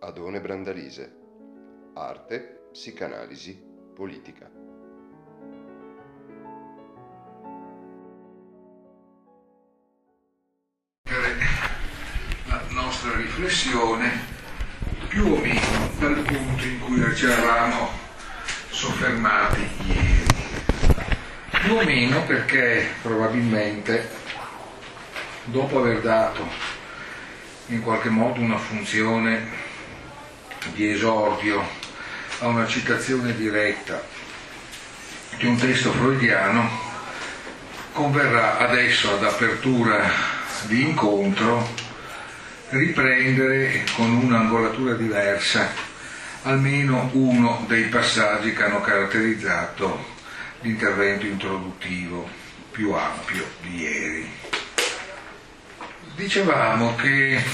Adone Brandalise. Arte, psicanalisi, politica. La nostra riflessione più o meno dal punto in cui ci eravamo soffermati ieri. Più o meno perché probabilmente dopo aver dato in qualche modo una funzione di esordio a una citazione diretta di un testo freudiano, converrà adesso ad apertura di incontro riprendere con un'angolatura diversa almeno uno dei passaggi che hanno caratterizzato l'intervento introduttivo più ampio di ieri. Dicevamo che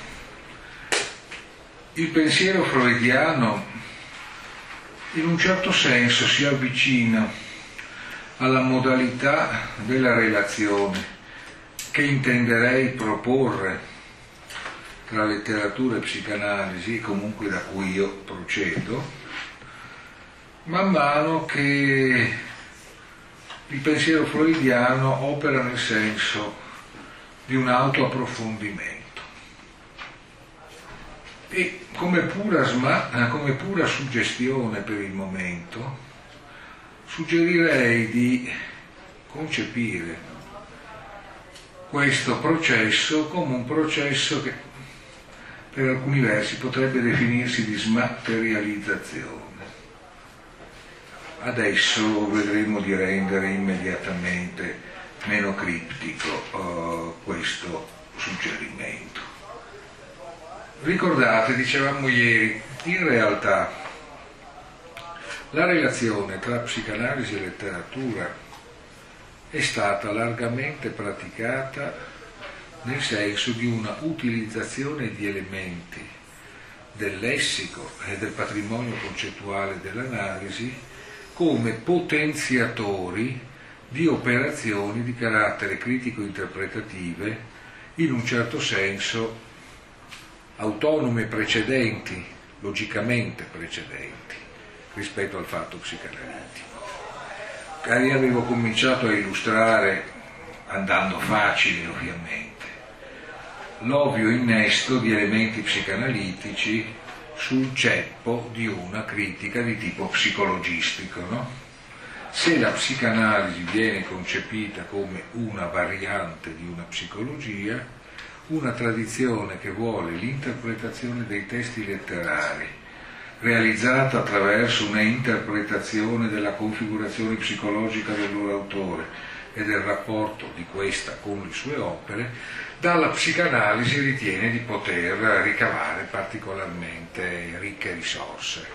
il pensiero freudiano in un certo senso si avvicina alla modalità della relazione che intenderei proporre tra letteratura e psicanalisi, e comunque da cui io procedo, man mano che il pensiero freudiano opera nel senso di un autoapprofondimento. E come pura suggestione per il momento, suggerirei di concepire questo processo come un processo che per alcuni versi potrebbe definirsi di smaterializzazione. Adesso vedremo di rendere immediatamente meno criptico questo suggerimento. Ricordate, dicevamo ieri, in realtà la relazione tra psicanalisi e letteratura è stata largamente praticata nel senso di una utilizzazione di elementi del lessico e del patrimonio concettuale dell'analisi come potenziatori di operazioni di carattere critico-interpretative, in un certo senso autonome precedenti, logicamente precedenti, rispetto al fatto psicanalitico. Che avevo cominciato a illustrare, andando facile ovviamente, l'ovvio innesto di elementi psicanalitici sul ceppo di una critica di tipo psicologistico, no? Se la psicanalisi viene concepita come una variante di una psicologia, una tradizione che vuole l'interpretazione dei testi letterari, realizzata attraverso una interpretazione della configurazione psicologica del loro autore e del rapporto di questa con le sue opere, dalla psicanalisi ritiene di poter ricavare particolarmente ricche risorse.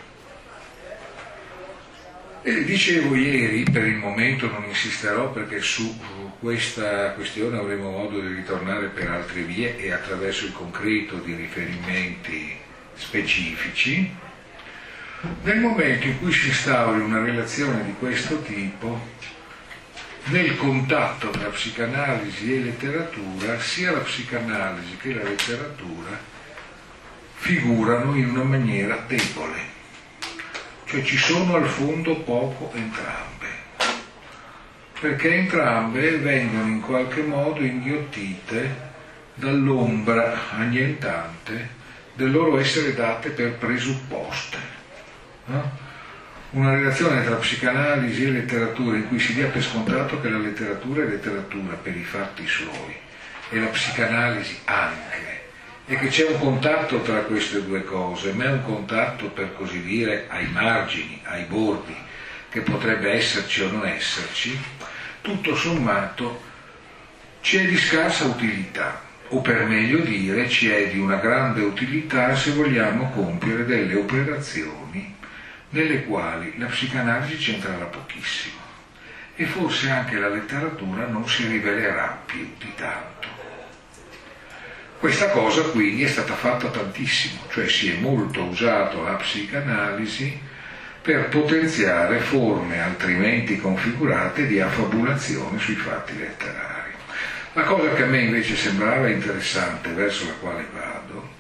E dicevo ieri, per il momento non insisterò perché su questa questione avremo modo di ritornare per altre vie e attraverso il concreto di riferimenti specifici, nel momento in cui si instauri una relazione di questo tipo, nel contatto tra psicanalisi e letteratura, sia la psicanalisi che la letteratura figurano in una maniera debole. Cioè ci sono al fondo poco entrambe, perché entrambe vengono in qualche modo inghiottite dall'ombra annientante del loro essere date per presupposte. No? Una relazione tra psicanalisi e letteratura in cui si dia per scontato che la letteratura è letteratura per i fatti suoi e la psicanalisi anche, e che c'è un contatto tra queste due cose, ma è un contatto per così dire ai margini, ai bordi, che potrebbe esserci o non esserci, tutto sommato ci è di scarsa utilità, o per meglio dire ci è di una grande utilità se vogliamo compiere delle operazioni nelle quali la psicanalisi c'entrerà pochissimo e forse anche la letteratura non si rivelerà più di tanto. Questa cosa quindi è stata fatta tantissimo, cioè si è molto usato la psicanalisi per potenziare forme altrimenti configurate di affabulazione sui fatti letterari. La cosa che a me invece sembrava interessante, verso la quale vado,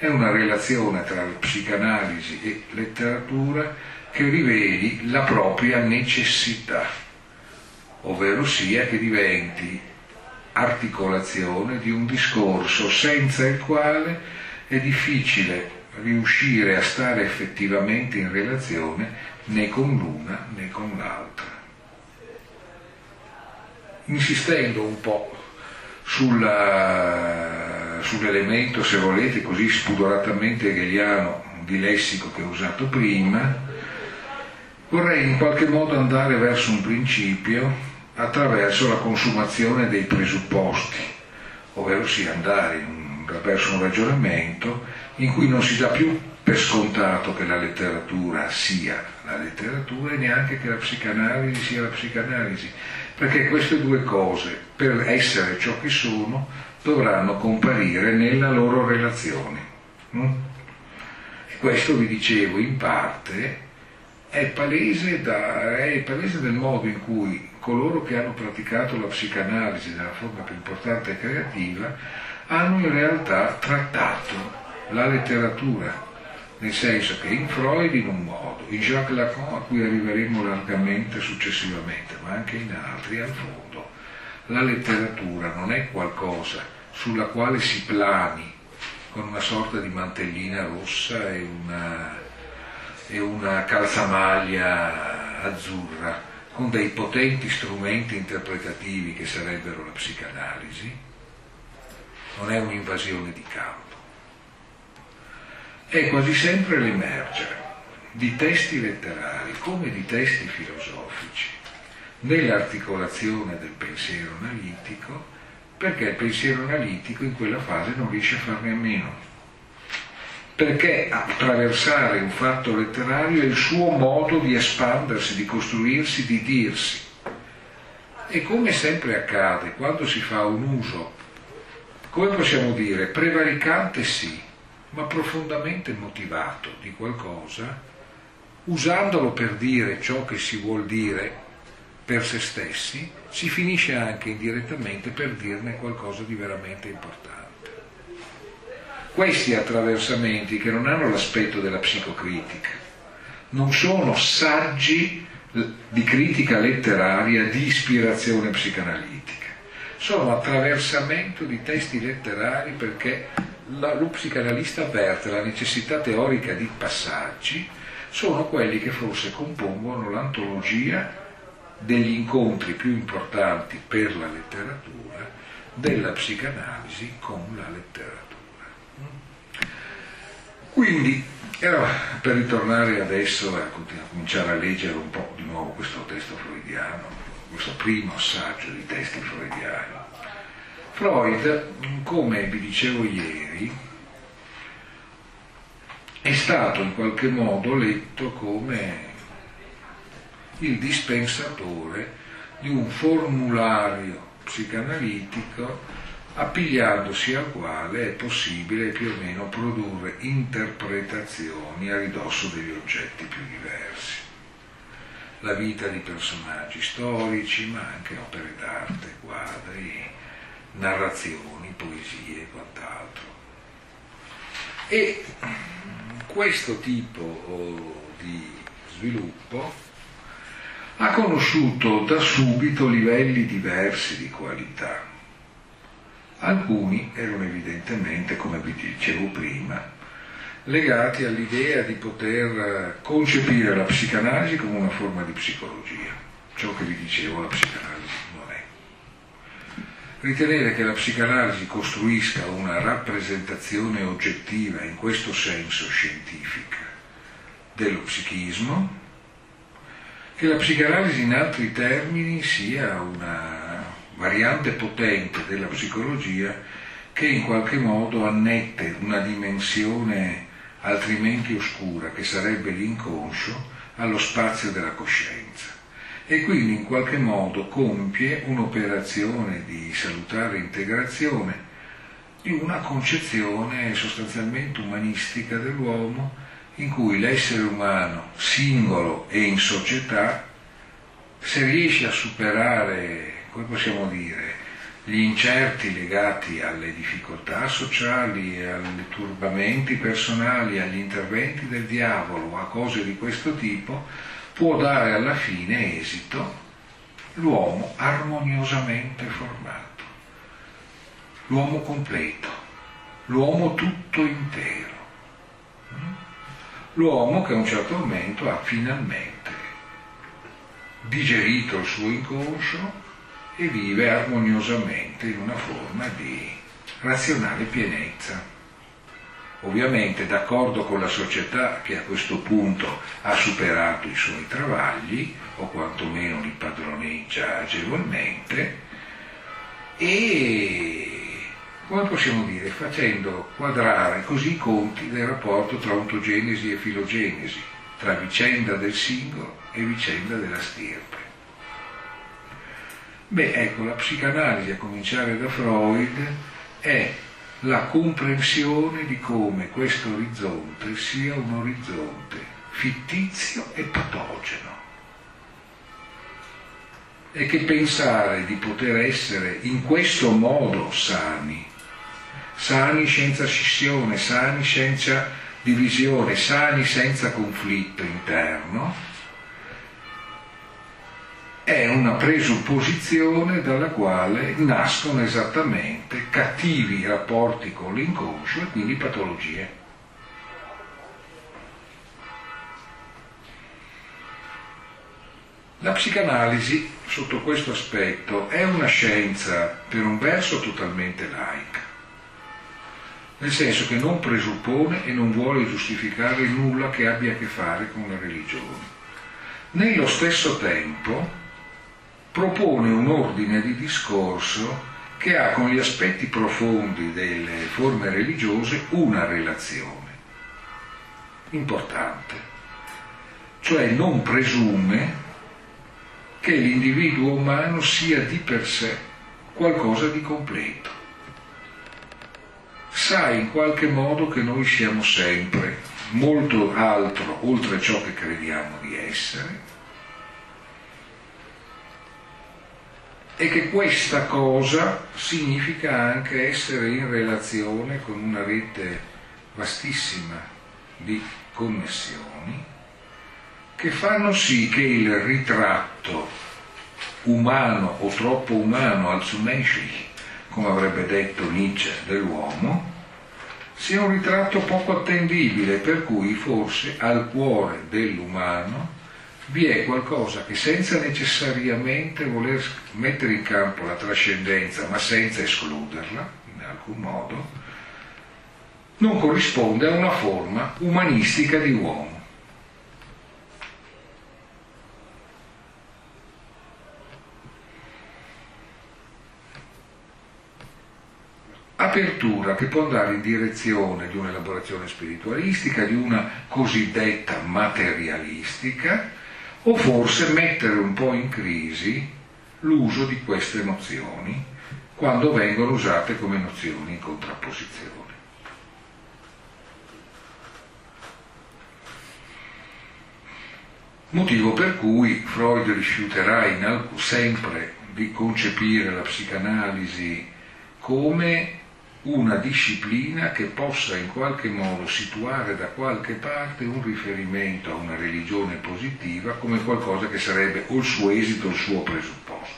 è una relazione tra psicanalisi e letteratura che riveli la propria necessità, ovvero sia che diventi articolazione di un discorso senza il quale è difficile riuscire a stare effettivamente in relazione né con l'una né con l'altra. Insistendo un po' sull'elemento, se volete, così spudoratamente hegeliano di lessico che ho usato prima, vorrei in qualche modo andare verso un principio attraverso la consumazione dei presupposti, ovvero sia andare verso un ragionamento in cui non si dà più per scontato che la letteratura sia la letteratura e neanche che la psicanalisi sia la psicanalisi, perché queste due cose, per essere ciò che sono, dovranno comparire nella loro relazione. E questo, vi dicevo, in parte è palese del modo in cui coloro che hanno praticato la psicanalisi nella forma più importante e creativa hanno in realtà trattato la letteratura, nel senso che in Freud in un modo, in Jacques Lacan, a cui arriveremo largamente successivamente, ma anche in altri, al fondo la letteratura non è qualcosa sulla quale si plani con una sorta di mantellina rossa e una calzamaglia azzurra, con dei potenti strumenti interpretativi che sarebbero la psicanalisi. Non è un'invasione di campo. È quasi sempre l'emergere di testi letterari come di testi filosofici nell'articolazione del pensiero analitico, perché il pensiero analitico in quella fase non riesce a farne a meno, perché attraversare un fatto letterario è il suo modo di espandersi, di costruirsi, di dirsi. E come sempre accade quando si fa un uso, come possiamo dire, prevaricante sì, ma profondamente motivato di qualcosa, usandolo per dire ciò che si vuol dire per se stessi, si finisce anche indirettamente per dirne qualcosa di veramente importante. Questi attraversamenti, che non hanno l'aspetto della psicocritica, non sono saggi di critica letteraria di ispirazione psicanalitica, sono attraversamento di testi letterari perché lo psicanalista avverte la necessità teorica di passaggi, sono quelli che forse compongono l'antologia degli incontri più importanti per la letteratura della psicanalisi con la letteratura. Quindi, per ritornare adesso a cominciare a leggere un po' di nuovo questo testo freudiano, questo primo assaggio di testi freudiani. Freud, come vi dicevo ieri, è stato in qualche modo letto come il dispensatore di un formulario psicanalitico appigliandosi al quale è possibile più o meno produrre interpretazioni a ridosso degli oggetti più diversi. La vita di personaggi storici, ma anche opere d'arte, quadri, narrazioni, poesie e quant'altro. E questo tipo di sviluppo ha conosciuto da subito livelli diversi di qualità. Alcuni erano evidentemente, come vi dicevo prima, legati all'idea di poter concepire la psicanalisi come una forma di psicologia, ciò che vi dicevo la psicanalisi non è. Ritenere che la psicanalisi costruisca una rappresentazione oggettiva, in questo senso scientifica, dello psichismo, che la psicanalisi in altri termini sia una variante potente della psicologia che in qualche modo annette una dimensione altrimenti oscura, che sarebbe l'inconscio, allo spazio della coscienza, e quindi in qualche modo compie un'operazione di salutare integrazione di una concezione sostanzialmente umanistica dell'uomo, in cui l'essere umano, singolo e in società, se riesce a superare, come possiamo dire, gli incerti legati alle difficoltà sociali, ai turbamenti personali, agli interventi del diavolo, a cose di questo tipo, può dare alla fine esito l'uomo armoniosamente formato, l'uomo completo, l'uomo tutto intero, l'uomo che a un certo momento ha finalmente digerito il suo inconscio e vive armoniosamente in una forma di razionale pienezza. Ovviamente d'accordo con la società che a questo punto ha superato i suoi travagli, o quantomeno li padroneggia agevolmente, e, come possiamo dire, facendo quadrare così i conti del rapporto tra ontogenesi e filogenesi, tra vicenda del singolo e vicenda della stirpe. Beh, ecco, la psicanalisi, a cominciare da Freud, è la comprensione di come questo orizzonte sia un orizzonte fittizio e patogeno, e che pensare di poter essere in questo modo sani senza scissione, sani senza divisione, sani senza conflitto interno, è una presupposizione dalla quale nascono esattamente cattivi rapporti con l'inconscio e quindi patologie. La psicanalisi, sotto questo aspetto, è una scienza per un verso totalmente laica, nel senso che non presuppone e non vuole giustificare nulla che abbia a che fare con la religione. Nello stesso tempo propone un ordine di discorso che ha con gli aspetti profondi delle forme religiose una relazione importante, cioè non presume che l'individuo umano sia di per sé qualcosa di completo. Sa in qualche modo che noi siamo sempre molto altro oltre ciò che crediamo di essere, e che questa cosa significa anche essere in relazione con una rete vastissima di connessioni che fanno sì che il ritratto umano o troppo umano, Allzumenschlich, come avrebbe detto Nietzsche, dell'uomo, sia un ritratto poco attendibile, per cui forse al cuore dell'umano vi è qualcosa che, senza necessariamente voler mettere in campo la trascendenza, ma senza escluderla in alcun modo, non corrisponde a una forma umanistica di uomo. Apertura che può andare in direzione di un'elaborazione spiritualistica, di una cosiddetta materialistica, o forse mettere un po' in crisi l'uso di queste nozioni quando vengono usate come nozioni in contrapposizione. Motivo per cui Freud rifiuterà sempre di concepire la psicanalisi come una disciplina che possa in qualche modo situare da qualche parte un riferimento a una religione positiva come qualcosa che sarebbe o il suo esito o il suo presupposto.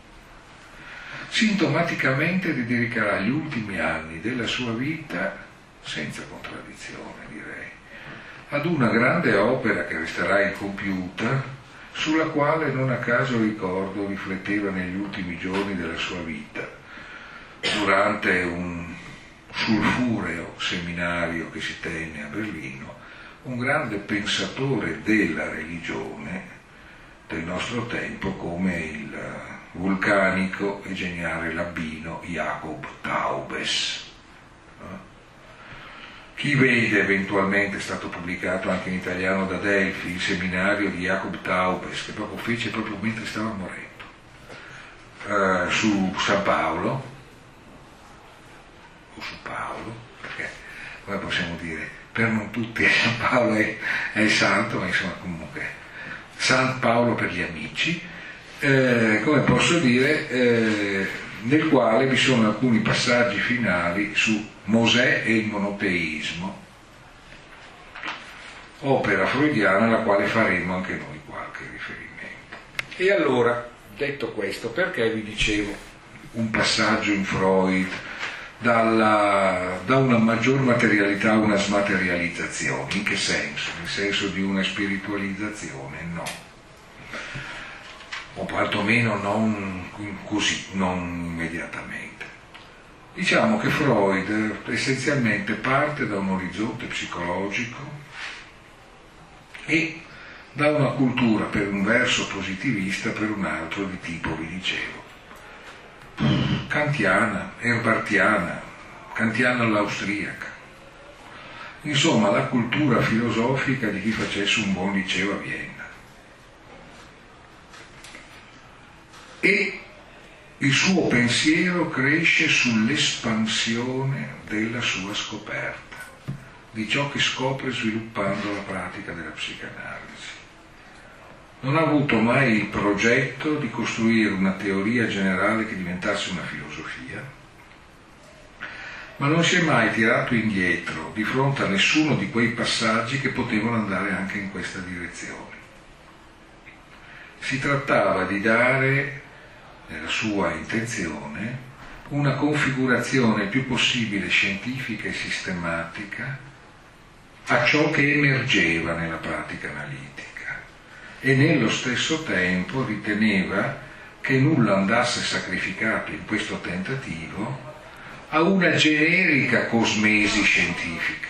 Sintomaticamente dedicherà gli ultimi anni della sua vita, senza contraddizione direi, ad una grande opera che resterà incompiuta, sulla quale non a caso ricordo rifletteva negli ultimi giorni della sua vita, durante un sulfureo seminario che si tenne a Berlino, un grande pensatore della religione del nostro tempo come il vulcanico e geniale rabbino Jacob Taubes. Chi vede, eventualmente è stato pubblicato anche in italiano da Delphi, il seminario di Jacob Taubes, che proprio fece proprio mentre stava morendo, su San Paolo, o su Paolo, perché come possiamo dire, per non tutti San Paolo è il santo, ma insomma comunque San Paolo per gli amici, come posso dire, nel quale vi sono alcuni passaggi finali su Mosè e il monoteismo, opera freudiana alla quale faremo anche noi qualche riferimento. E allora, detto questo, perché vi dicevo un passaggio in Freud da una maggior materialità a una smaterializzazione? In che senso? Nel senso di una spiritualizzazione? No. O quantomeno non così, non immediatamente. Diciamo che Freud essenzialmente parte da un orizzonte psicologico e da una cultura per un verso positivista, per un altro di tipo, vi dicevo, kantiana, herbartiana, kantiana all'austriaca. Insomma, la cultura filosofica di chi facesse un buon liceo a Vienna. E il suo pensiero cresce sull'espansione della sua scoperta, di ciò che scopre sviluppando la pratica della psicanalisi. Non ha avuto mai il progetto di costruire una teoria generale che diventasse una filosofia, ma non si è mai tirato indietro di fronte a nessuno di quei passaggi che potevano andare anche in questa direzione. Si trattava di dare, nella sua intenzione, una configurazione il più possibile scientifica e sistematica a ciò che emergeva nella pratica analitica, e nello stesso tempo riteneva che nulla andasse sacrificato in questo tentativo a una generica cosmesi scientifica.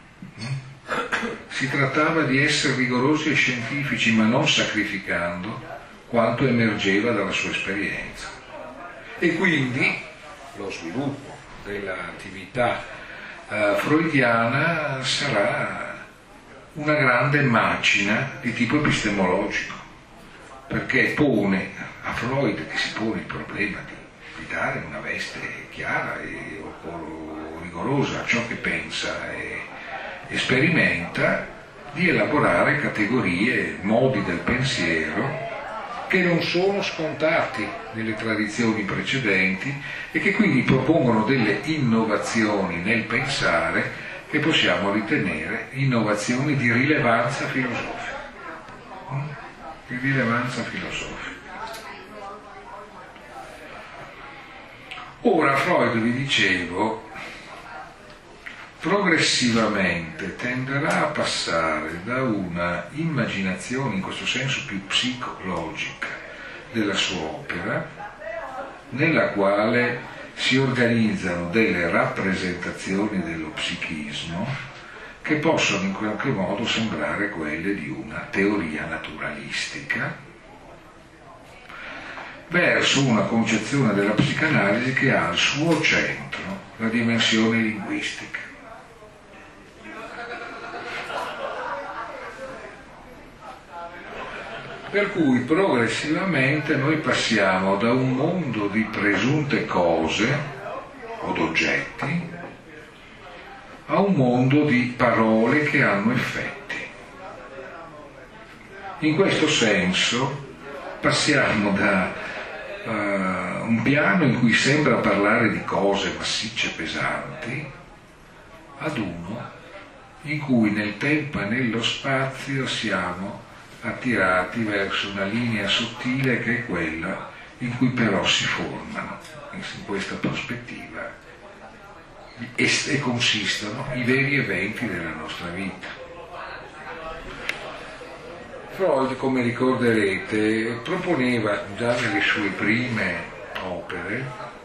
Si trattava di essere rigorosi e scientifici, ma non sacrificando quanto emergeva dalla sua esperienza. E quindi lo sviluppo dell'attività freudiana sarà una grande macina di tipo epistemologico, perché pone a Freud, che si pone il problema di dare una veste chiara e rigorosa a ciò che pensa e sperimenta, di elaborare categorie, modi del pensiero che non sono scontati nelle tradizioni precedenti e che quindi propongono delle innovazioni nel pensare che possiamo ritenere innovazioni di rilevanza filosofica. Di rilevanza filosofica. Ora Freud, vi dicevo, progressivamente tenderà a passare da una immaginazione, in questo senso più psicologica, della sua opera, nella quale si organizzano delle rappresentazioni dello psichismo che possono in qualche modo sembrare quelle di una teoria naturalistica, verso una concezione della psicanalisi che ha al suo centro la dimensione linguistica. Per cui progressivamente noi passiamo da un mondo di presunte cose o d'oggetti a un mondo di parole che hanno effetti. In questo senso passiamo da un piano in cui sembra parlare di cose massicce e pesanti ad uno in cui nel tempo e nello spazio siamo attirati verso una linea sottile che è quella in cui però si formano, in questa prospettiva, e consistono i veri eventi della nostra vita. Freud, come ricorderete, proponeva già nelle sue prime opere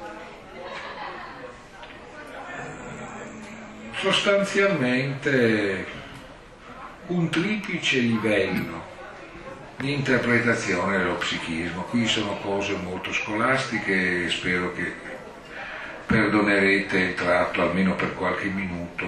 sostanzialmente un triplice livello di interpretazione dello psichismo. Qui sono cose molto scolastiche e spero che perdonerete il tratto, almeno per qualche minuto,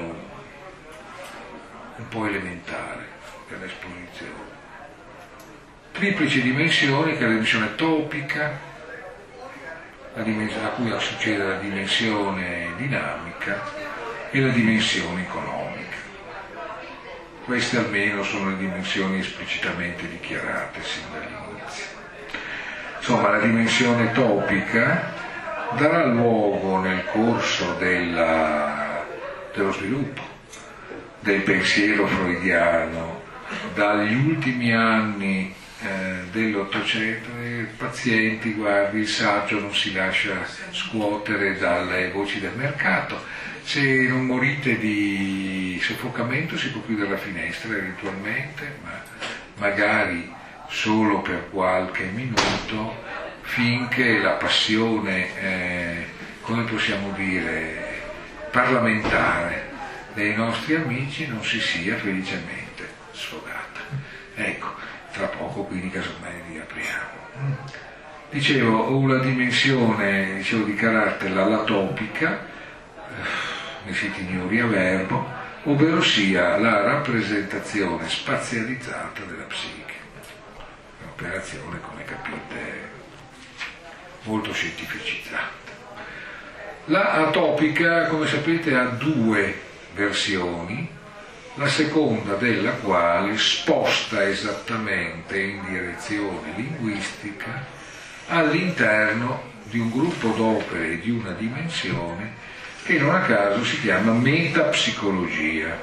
un po' elementare dell'esposizione. Triplice dimensione, che è la dimensione topica, a cui succede la dimensione dinamica e la dimensione economica. Queste almeno sono le dimensioni esplicitamente dichiarate sin dall'inizio. Insomma, la dimensione topica darà luogo nel corso dello sviluppo del pensiero freudiano dagli ultimi anni dell'Ottocento. Pazienti, guardi, il saggio non si lascia scuotere dalle voci del mercato. Se non morite di soffocamento si può chiudere la finestra eventualmente, ma magari solo per qualche minuto, finché la passione, come possiamo dire, parlamentare dei nostri amici non si sia felicemente sfogata. Ecco, tra poco quindi casomai riapriamo. Dicevo, una dimensione di carattere l'atopica, nei siti Nuri a verbo, ovvero sia la rappresentazione spazializzata della psiche. Un'operazione, come capite, molto scientificizzata. La atopica, come sapete, ha due versioni, la seconda della quale sposta esattamente in direzione linguistica all'interno di un gruppo d'opere di una dimensione che non a caso si chiama metapsicologia.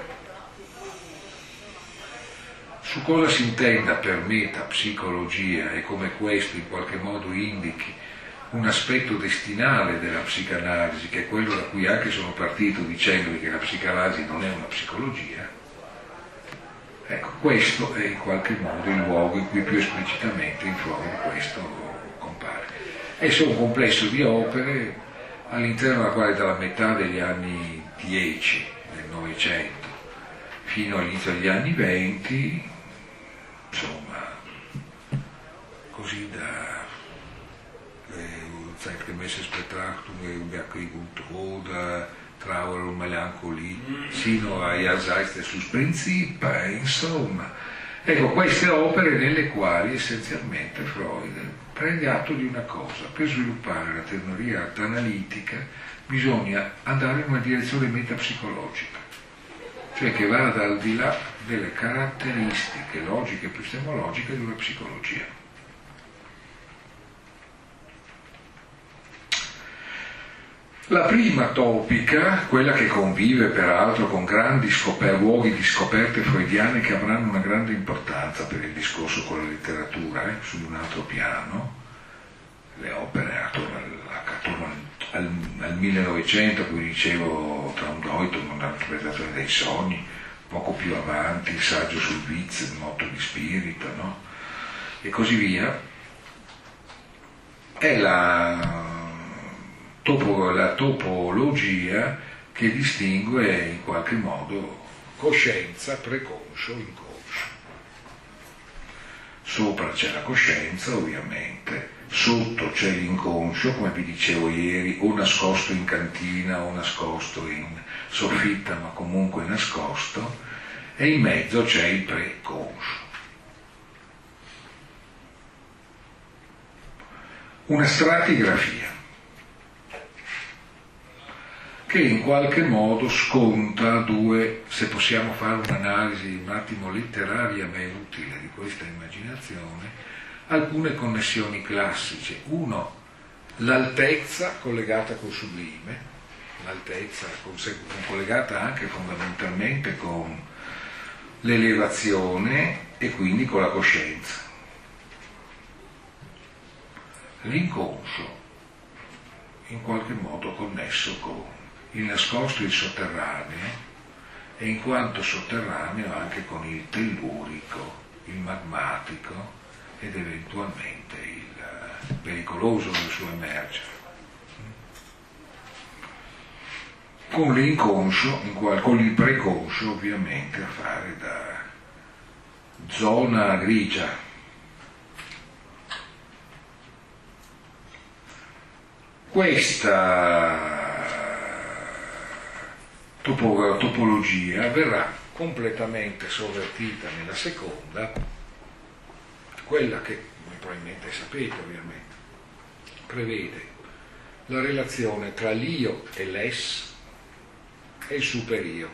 Su cosa si intenda per metapsicologia e come questo in qualche modo indichi un aspetto destinale della psicanalisi, che è quello da cui anche sono partito dicendovi che la psicanalisi non è una psicologia, ecco, questo è in qualche modo il luogo in cui più esplicitamente in Freud questo compare. Esso è un complesso di opere all'interno della quale dalla metà degli anni 10 del Novecento fino all'inizio degli anni 20, insomma, così da Zeitgemäßes Betrachtung über Krieg und Tod, Trauer und Melancholie, sino a Jenseits des Prinzip, insomma. Ecco, queste opere nelle quali essenzialmente Freud prende atto di una cosa: per sviluppare la teoria analitica bisogna andare in una direzione metapsicologica, cioè che vada al di là delle caratteristiche logiche e epistemologiche di una psicologia. La prima topica, quella che convive peraltro con grandi luoghi di scoperte freudiane che avranno una grande importanza per il discorso con la letteratura, su un altro piano, le opere attorno al 1900, come dicevo, Traumdeutung, l'interpretazione dei sogni, poco più avanti il saggio sul Witz, il motto di spirito, no? E così via, è la topologia che distingue in qualche modo coscienza, preconscio, inconscio. Sopra c'è la coscienza, ovviamente, sotto c'è l'inconscio, come vi dicevo ieri, o nascosto in cantina o nascosto in soffitta, ma comunque nascosto, e in mezzo c'è il preconscio. Una stratigrafia che in qualche modo sconta due, se possiamo fare un'analisi un attimo letteraria ma è utile di questa immaginazione, alcune connessioni classiche. Uno, l'altezza collegata col sublime, l'altezza collegata anche fondamentalmente con l'elevazione e quindi con la coscienza. L'inconscio in qualche modo connesso con il nascosto, il sotterraneo, e in quanto sotterraneo anche con il tellurico, il magmatico ed eventualmente il pericoloso nel suo emergere. Con l'inconscio, con il preconscio ovviamente a fare da zona grigia. Questa topologia verrà completamente sovvertita nella seconda, quella che, come probabilmente sapete ovviamente, prevede la relazione tra l'io e l'es e il superio,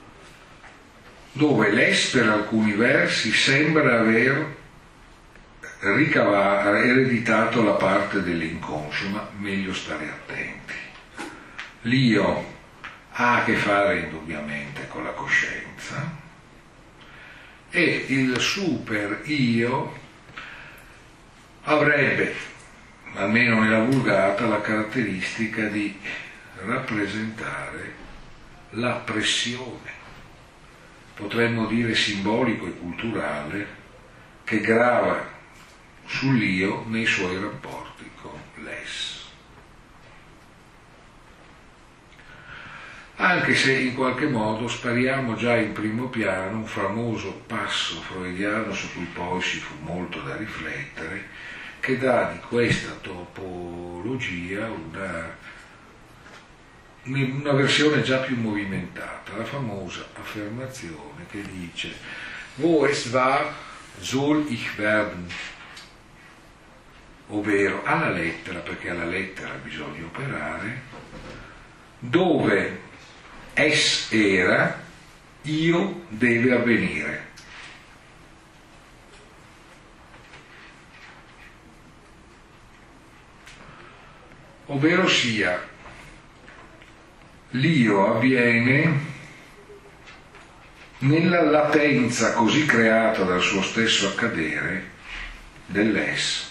dove l'es per alcuni versi sembra aver ereditato la parte dell'inconscio, ma meglio stare attenti. L'io ha a che fare indubbiamente con la coscienza e il super io avrebbe, almeno nella vulgata, la caratteristica di rappresentare la pressione, potremmo dire simbolico e culturale, che grava sull'io nei suoi rapporti con l'ess. Anche se in qualche modo spariamo già in primo piano un famoso passo freudiano su cui poi ci fu molto da riflettere, che dà di questa topologia una versione già più movimentata, la famosa affermazione che dice wo es war, soll ich werden, ovvero alla lettera, perché alla lettera bisogna operare, dove es era, io deve avvenire. Ovvero sia, l'io avviene nella latenza così creata dal suo stesso accadere dell'es.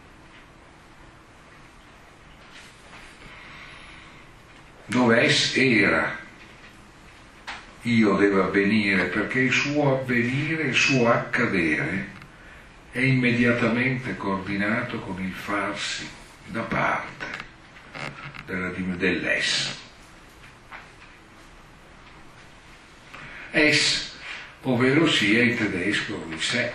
Dove es era, io deve avvenire, perché il suo avvenire, il suo accadere è immediatamente coordinato con il farsi da parte dell'es. Es, ovvero sia in tedesco il sé.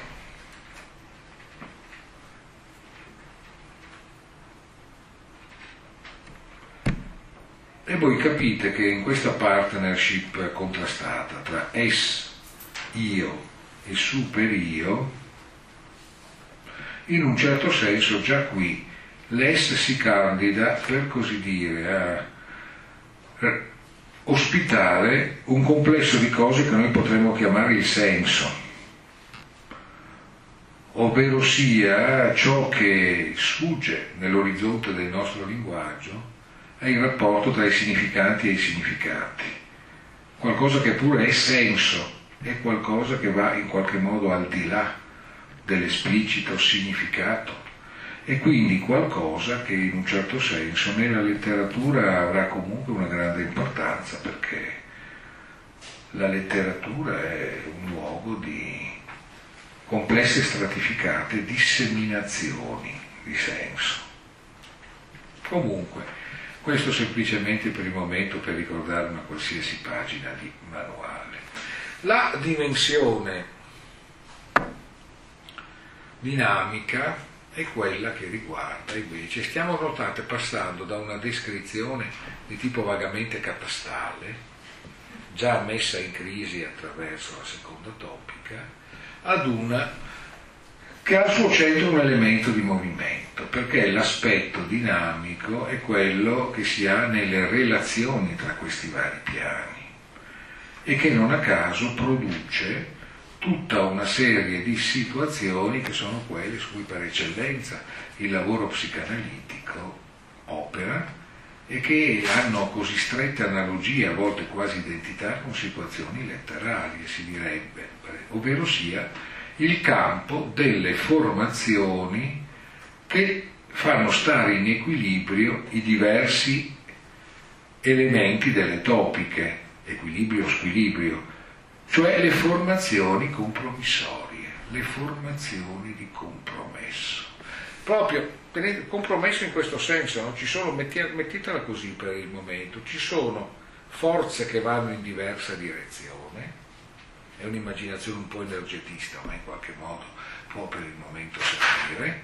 E voi capite che in questa partnership contrastata tra es, io e superio, in un certo senso già qui l'es si candida, per così dire, a ospitare un complesso di cose che noi potremmo chiamare il senso, ovvero sia ciò che sfugge nell'orizzonte del nostro linguaggio è il rapporto tra i significanti e i significati, qualcosa che pure è senso, è qualcosa che va in qualche modo al di là dell'esplicito significato, e quindi qualcosa che in un certo senso nella letteratura avrà comunque una grande importanza, perché la letteratura è un luogo di complesse stratificate disseminazioni di senso. Comunque, questo semplicemente per il momento, per ricordare una qualsiasi pagina di manuale. La dimensione dinamica è quella che riguarda invece, stiamo notate passando da una descrizione di tipo vagamente catastale, già messa in crisi attraverso la seconda topica, ad una che ha al suo centro un elemento di movimento, perché l'aspetto dinamico è quello che si ha nelle relazioni tra questi vari piani e che non a caso produce tutta una serie di situazioni che sono quelle su cui per eccellenza il lavoro psicanalitico opera e che hanno così strette analogie, a volte quasi identità, con situazioni letterarie, si direbbe, ovvero sia il campo delle formazioni che fanno stare in equilibrio i diversi elementi delle topiche, equilibrio-squilibrio, cioè le formazioni compromissorie, le formazioni di compromesso. Proprio compromesso in questo senso, no? Ci sono, mettetela così per il momento, ci sono forze che vanno in diversa direzione, è un'immaginazione un po' energetista, ma in qualche modo può per il momento servire.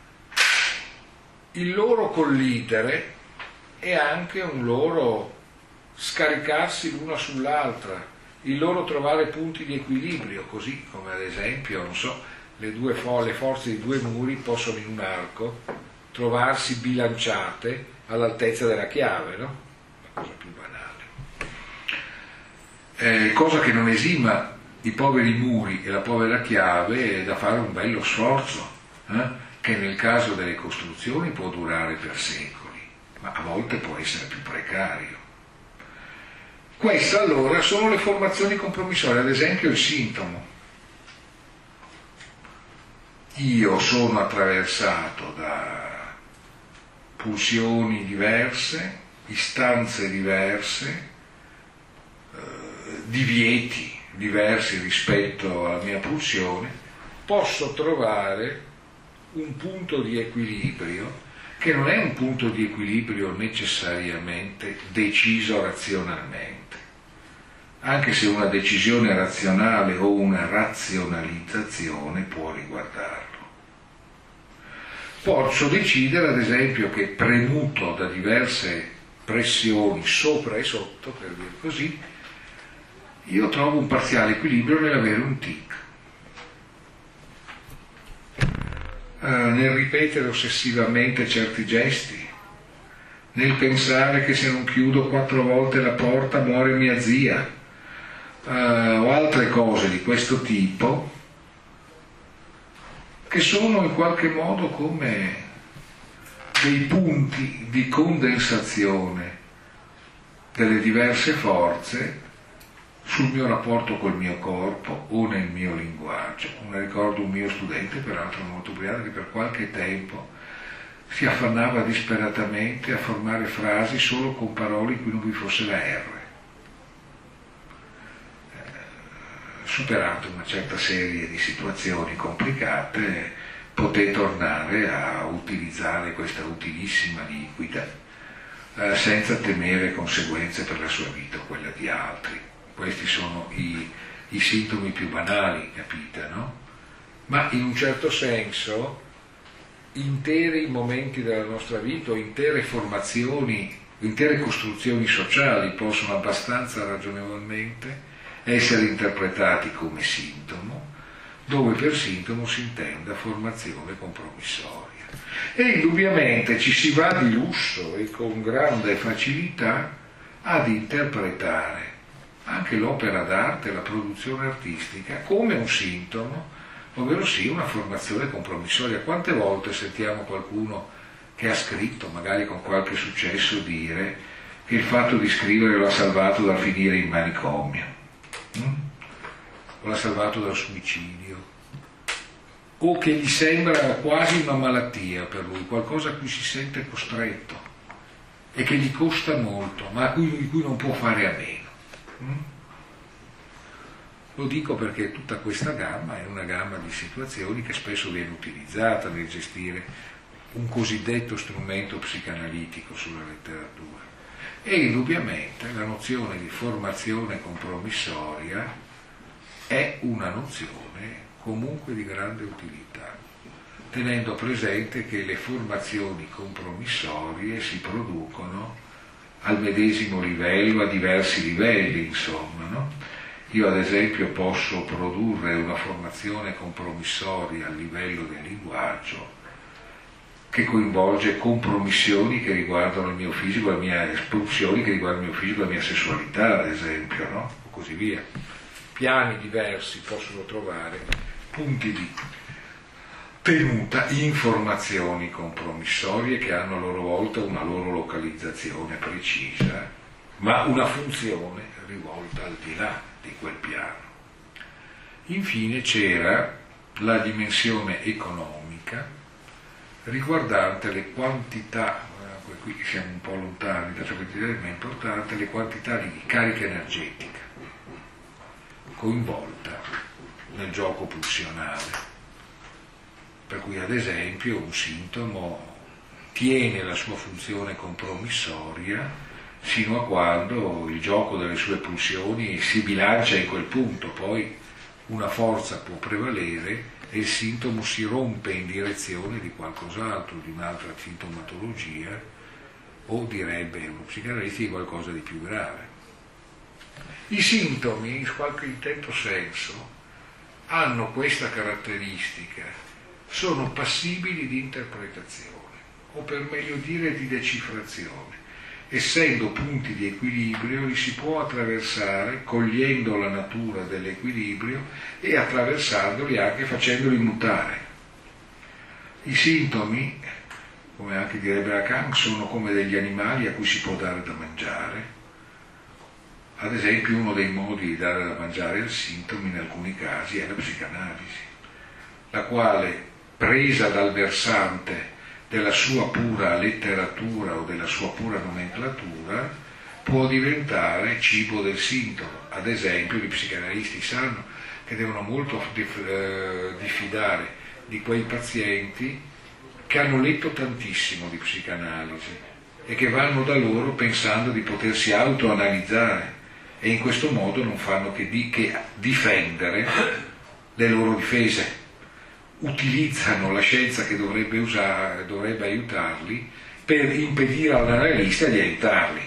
Il loro collidere è anche un loro scaricarsi l'una sull'altra, il loro trovare punti di equilibrio, così come ad esempio, non so, le forze di due muri possono in un arco trovarsi bilanciate all'altezza della chiave, no? La cosa più banale. Cosa che non esima i poveri muri e la povera chiave da fare un bello sforzo che nel caso delle costruzioni può durare per secoli, ma a volte può essere più precario. Queste allora sono le formazioni compromissorie, ad esempio il sintomo. Io sono attraversato da pulsioni diverse, istanze diverse, divieti diversi rispetto alla mia pulsione, posso trovare un punto di equilibrio che non è un punto di equilibrio necessariamente deciso razionalmente, anche se una decisione razionale o una razionalizzazione può riguardarlo. Posso decidere, ad esempio, che premuto da diverse pressioni sopra e sotto, per dire così, io trovo un parziale equilibrio nell'avere un tic, nel ripetere ossessivamente certi gesti, nel pensare che se non chiudo 4 volte la porta muore mia zia, o altre cose di questo tipo, che sono in qualche modo come dei punti di condensazione delle diverse forze sul mio rapporto col mio corpo o nel mio linguaggio. Ricordo un mio studente, peraltro molto brillante, che per qualche tempo si affannava disperatamente a formare frasi solo con parole in cui non vi fosse la R. Superando una certa serie di situazioni complicate, poté tornare a utilizzare questa utilissima liquida senza temere conseguenze per la sua vita o quella di altri. Questi sono i sintomi più banali, capite, no? Ma in un certo senso interi momenti della nostra vita o intere formazioni, intere costruzioni sociali possono abbastanza ragionevolmente essere interpretati come sintomo, dove per sintomo si intenda formazione compromissoria. E indubbiamente ci si va di lusso e con grande facilità ad interpretare anche l'opera d'arte, la produzione artistica, come un sintomo, ovvero sia una formazione compromissoria. Quante volte sentiamo qualcuno che ha scritto, magari con qualche successo, dire che il fatto di scrivere lo ha salvato dal finire in manicomio, o l'ha salvato dal suicidio, o che gli sembra quasi una malattia per lui, qualcosa a cui si sente costretto e che gli costa molto, ma di cui non può fare a meno. Lo dico perché tutta questa gamma è una gamma di situazioni che spesso viene utilizzata nel gestire un cosiddetto strumento psicanalitico sulla letteratura. E indubbiamente la nozione di formazione compromissoria è una nozione comunque di grande utilità, tenendo presente che le formazioni compromissorie si producono al medesimo livello, a diversi livelli, insomma, no? Io ad esempio posso produrre una formazione compromissoria a livello del linguaggio che coinvolge compromissioni che riguardano il mio fisico, la mia espulsioni che riguardano il mio fisico, la mia sessualità, ad esempio, no? O così via. Piani diversi possono trovare punti di tenuta, informazioni compromissorie che hanno a loro volta una loro localizzazione precisa, ma una funzione rivolta al di là di quel piano. Infine c'era la dimensione economica riguardante le quantità, qui siamo un po' lontani da ciò che direi, ma è importante, le quantità di carica energetica coinvolta nel gioco pulsionale. Per cui ad esempio un sintomo tiene la sua funzione compromissoria sino a quando il gioco delle sue pulsioni si bilancia in quel punto, poi una forza può prevalere e il sintomo si rompe in direzione di qualcos'altro, di un'altra sintomatologia, o direbbe uno psicanalista di qualcosa di più grave. I sintomi, in qualche intento senso, hanno questa caratteristica, sono passibili di interpretazione, o per meglio dire di decifrazione. Essendo punti di equilibrio li si può attraversare cogliendo la natura dell'equilibrio e attraversandoli anche facendoli mutare. I sintomi, come anche direbbe Lacan, sono come degli animali a cui si può dare da mangiare. Ad esempio, uno dei modi di dare da mangiare ai sintomi in alcuni casi è la psicanalisi, la quale, presa dal versante della sua pura letteratura o della sua pura nomenclatura, può diventare cibo del sintomo. Ad esempio, gli psicanalisti sanno che devono molto diffidare di quei pazienti che hanno letto tantissimo di psicanalisi e che vanno da loro pensando di potersi autoanalizzare, e in questo modo non fanno che difendere le loro difese. Utilizzano la scienza che dovrebbe aiutarli per impedire all'analista di aiutarli.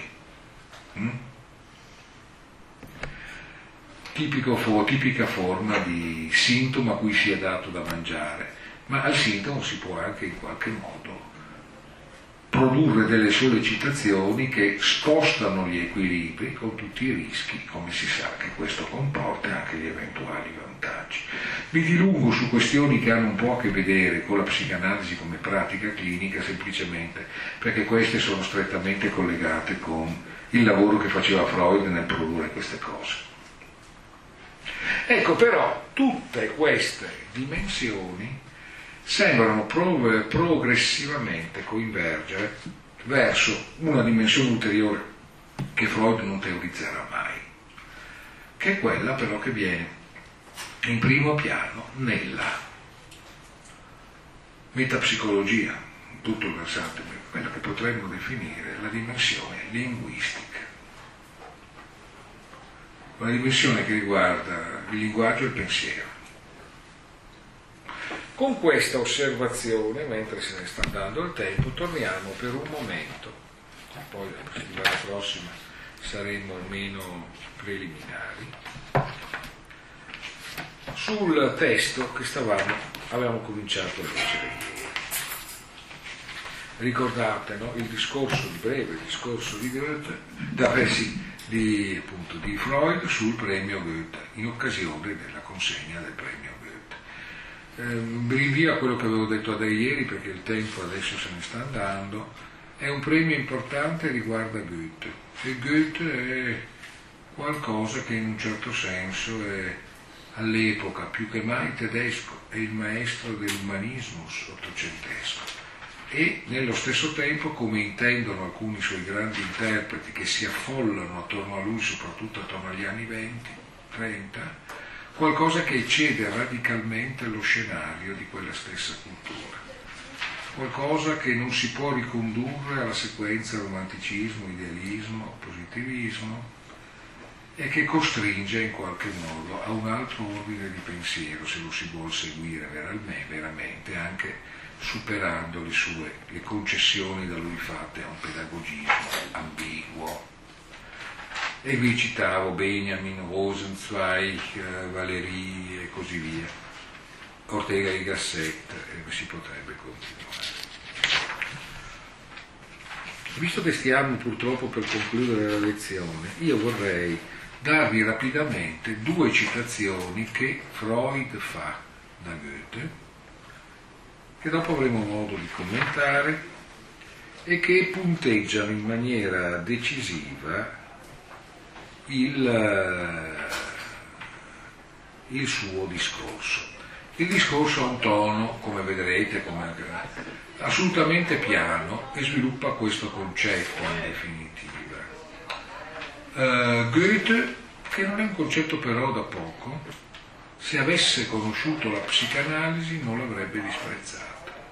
Tipica forma di sintomo a cui si è dato da mangiare, ma al sintomo si può anche in qualche modo produrre delle sollecitazioni che spostano gli equilibri con tutti i rischi, come si sa che questo comporta, anche gli eventuali vantaggi. Mi dilungo su questioni che hanno un po' a che vedere con la psicanalisi come pratica clinica, semplicemente perché queste sono strettamente collegate con il lavoro che faceva Freud nel produrre queste cose. Ecco, però tutte queste dimensioni sembrano progressivamente convergere verso una dimensione ulteriore che Freud non teorizzerà mai, che è quella però che viene in primo piano nella metapsicologia, tutto il versante, quella che potremmo definire la dimensione linguistica, una dimensione che riguarda il linguaggio e il pensiero. Con questa osservazione, mentre se ne sta andando il tempo, torniamo per un momento, poi la settimana prossima saremo almeno preliminari, sul testo che avevamo cominciato a leggere ieri. Ricordate, no? Il breve discorso di Goethe, di Freud sul premio Goethe, in occasione della consegna del premio Goethe. Rinvio a quello che avevo detto da ieri perché il tempo adesso se ne sta andando. È un premio importante, riguarda Goethe, e Goethe è qualcosa che in un certo senso è all'epoca più che mai tedesco, è il maestro dell'umanismus ottocentesco, e nello stesso tempo, come intendono alcuni suoi grandi interpreti che si affollano attorno a lui, soprattutto attorno agli anni 20-30, qualcosa che eccede radicalmente lo scenario di quella stessa cultura, qualcosa che non si può ricondurre alla sequenza romanticismo, idealismo, positivismo, e che costringe in qualche modo a un altro ordine di pensiero, se lo si vuol seguire veramente, anche superando le concessioni da lui fatte a un pedagogismo ambiguo. E vi citavo Benjamin, Rosenzweig, Valéry e così via, Ortega y Gasset, e si potrebbe continuare. Visto che stiamo purtroppo per concludere la lezione, io vorrei darvi rapidamente due citazioni che Freud fa da Goethe, che dopo avremo modo di commentare e che punteggiano in maniera decisiva il suo discorso. Il discorso ha un tono, come vedrete, assolutamente piano, e sviluppa questo concetto in definitiva. Goethe, che non è un concetto però da poco, se avesse conosciuto la psicanalisi non l'avrebbe disprezzata.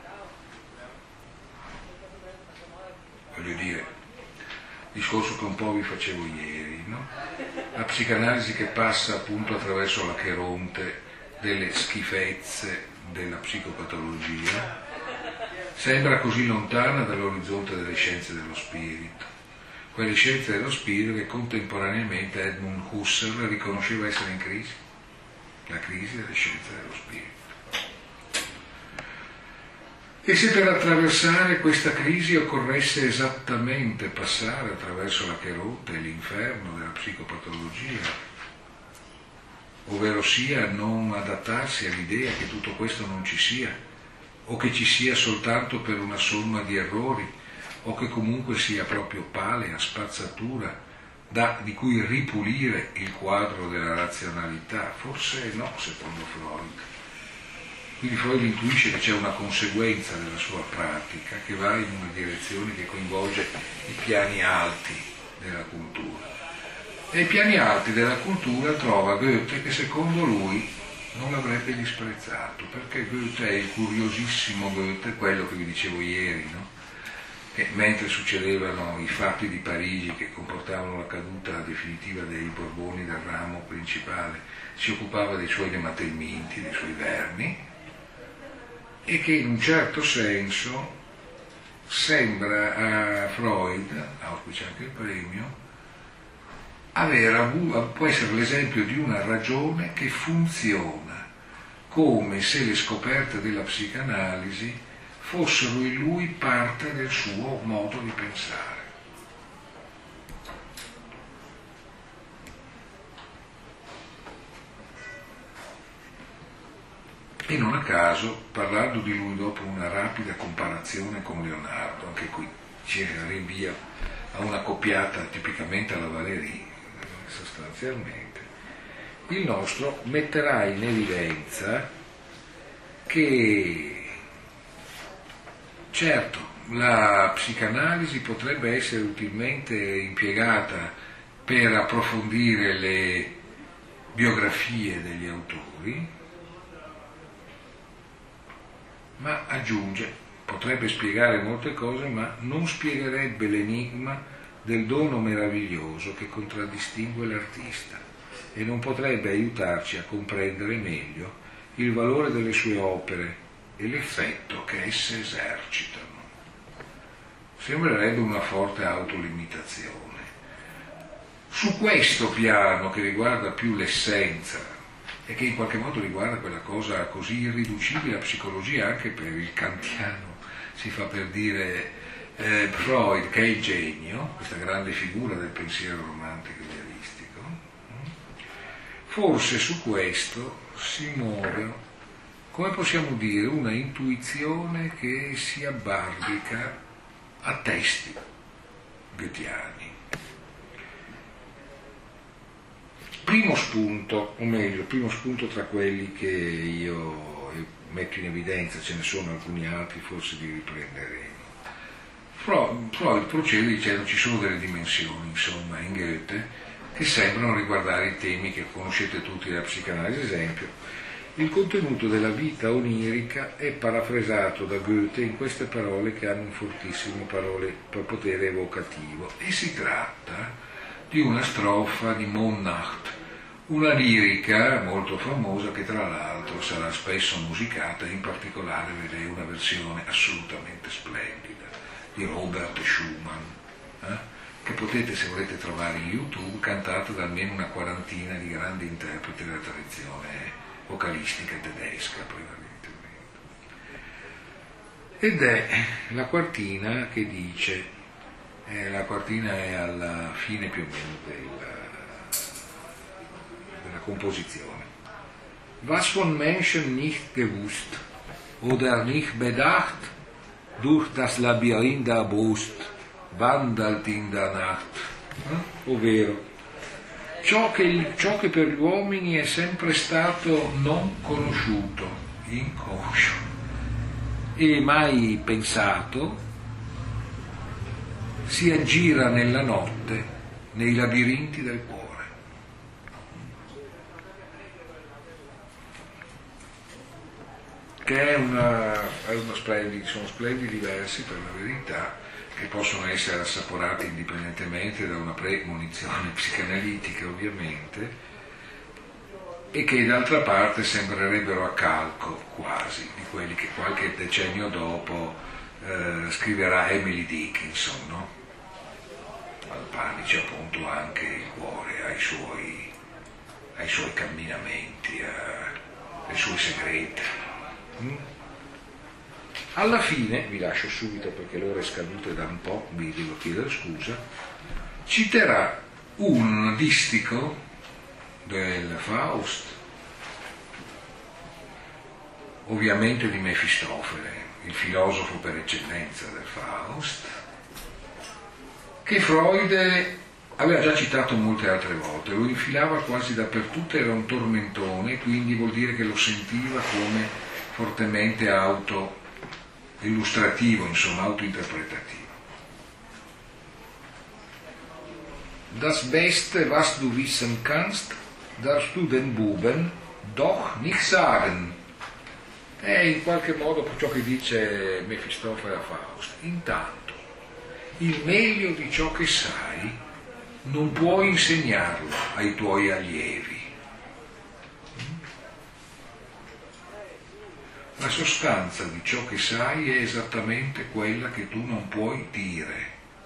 Voglio dire, discorso che un po' vi facevo ieri, no? La psicanalisi che passa appunto attraverso l'Acheronte delle schifezze della psicopatologia sembra così lontana dall'orizzonte delle scienze dello spirito, quelle scienze dello spirito che contemporaneamente Edmund Husserl riconosceva essere in crisi, la crisi delle scienze dello spirito. E se per attraversare questa crisi occorresse esattamente passare attraverso l'Acheronte e l'inferno della psicopatologia, ovvero sia non adattarsi all'idea che tutto questo non ci sia, o che ci sia soltanto per una somma di errori, o che comunque sia proprio palea, spazzatura, di cui ripulire il quadro della razionalità? Forse no, secondo Freud. Quindi Freud intuisce che c'è una conseguenza della sua pratica che va in una direzione che coinvolge i piani alti della cultura. E ai piani alti della cultura trova Goethe, che secondo lui non l'avrebbe disprezzato, perché Goethe è il curiosissimo Goethe, quello che vi dicevo ieri, no? Che mentre succedevano i fatti di Parigi che comportavano la caduta definitiva dei Borboni del ramo principale, si occupava dei suoi nematelminti, dei suoi vermi, e che in un certo senso sembra a Freud, auspicia anche il premio, può essere l'esempio di una ragione che funziona, come se le scoperte della psicanalisi fossero in lui parte del suo modo di pensare. E non a caso, parlando di lui dopo una rapida comparazione con Leonardo, anche qui ci rinvia a una coppiata tipicamente alla Valéry, sostanzialmente, il nostro metterà in evidenza che certo, la psicanalisi potrebbe essere utilmente impiegata per approfondire le biografie degli autori, ma aggiunge, potrebbe spiegare molte cose, ma non spiegherebbe l'enigma del dono meraviglioso che contraddistingue l'artista e non potrebbe aiutarci a comprendere meglio il valore delle sue opere e l'effetto che esse esercitano. Sembrerebbe una forte autolimitazione. Su questo piano, che riguarda più l'essenza e che in qualche modo riguarda quella cosa così irriducibile a psicologia, anche per il kantiano, si fa per dire Freud, che è il genio, questa grande figura del pensiero romantico idealistico, forse su questo si muove, come possiamo dire, una intuizione che si abbarbica a testi goetheani. Primo spunto, o meglio, primo spunto tra quelli che io metto in evidenza, ce ne sono alcuni altri, forse li riprenderemo. Freud procede dicendo ci sono delle dimensioni, insomma, in Goethe, che sembrano riguardare i temi che conoscete tutti della psicanalisi. Esempio, il contenuto della vita onirica è parafrasato da Goethe in queste parole che hanno un fortissimo potere evocativo, e si tratta di una strofa di Montmartre, una lirica molto famosa che tra l'altro sarà spesso musicata, in particolare vedete una versione assolutamente splendida di Robert Schumann, che potete, se volete, trovare in YouTube, cantata da almeno una quarantina di grandi interpreti della tradizione vocalistica tedesca, prevalentemente. Ed è la quartina che dice, la quartina è alla fine più o meno della composizione. Was von Menschen nicht gewusst oder nicht bedacht, durch das Labyrinth der Brust wandelt in der Nacht. Ovvero, ciò che per gli uomini è sempre stato non conosciuto, inconscio, e mai pensato, si aggira nella notte nei labirinti del cuore. Che sono splendidi versi, per la verità, che possono essere assaporati indipendentemente da una premonizione psicanalitica, ovviamente, e che d'altra parte sembrerebbero a calco quasi di quelli che qualche decennio dopo scriverà Emily Dickinson, no? Al panice appunto anche il cuore, ai suoi camminamenti, ai suoi segreti. Alla fine, vi lascio subito perché l'ora è scaduta da un po', vi devo chiedere scusa, citerà un distico del Faust ovviamente di Mefistofele, il filosofo per eccellenza del Faust, che Freud aveva già citato molte altre volte, lo infilava quasi dappertutto, era un tormentone, quindi vuol dire che lo sentiva come fortemente auto-illustrativo, insomma, auto-interpretativo. Das Beste, was du wissen kannst, darfst du den Buben doch nicht sagen. È in qualche modo ciò che dice Mefistofele a Faust. Intanto, il meglio di ciò che sai non puoi insegnarlo ai tuoi allievi. La sostanza di ciò che sai è esattamente quella che tu non puoi dire.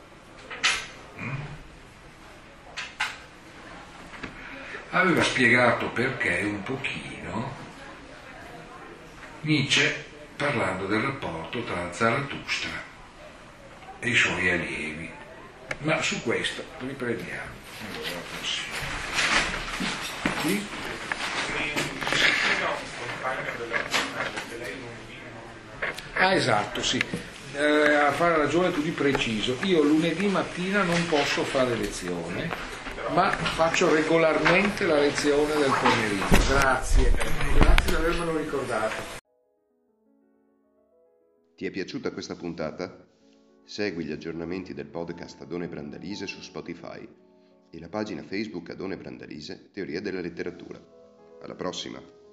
Aveva spiegato perché un pochino Nietzsche parlando del rapporto tra Zarathustra e i suoi allievi. Ma su questo riprendiamo. Allora, qui? Esatto, sì. A fare ragione tu di preciso. Io lunedì mattina non posso fare lezione, ma faccio regolarmente la lezione del pomeriggio. Grazie di avermelo ricordato. Ti è piaciuta questa puntata? Segui gli aggiornamenti del podcast Adone Brandalise su Spotify e la pagina Facebook Adone Brandalise Teoria della letteratura. Alla prossima!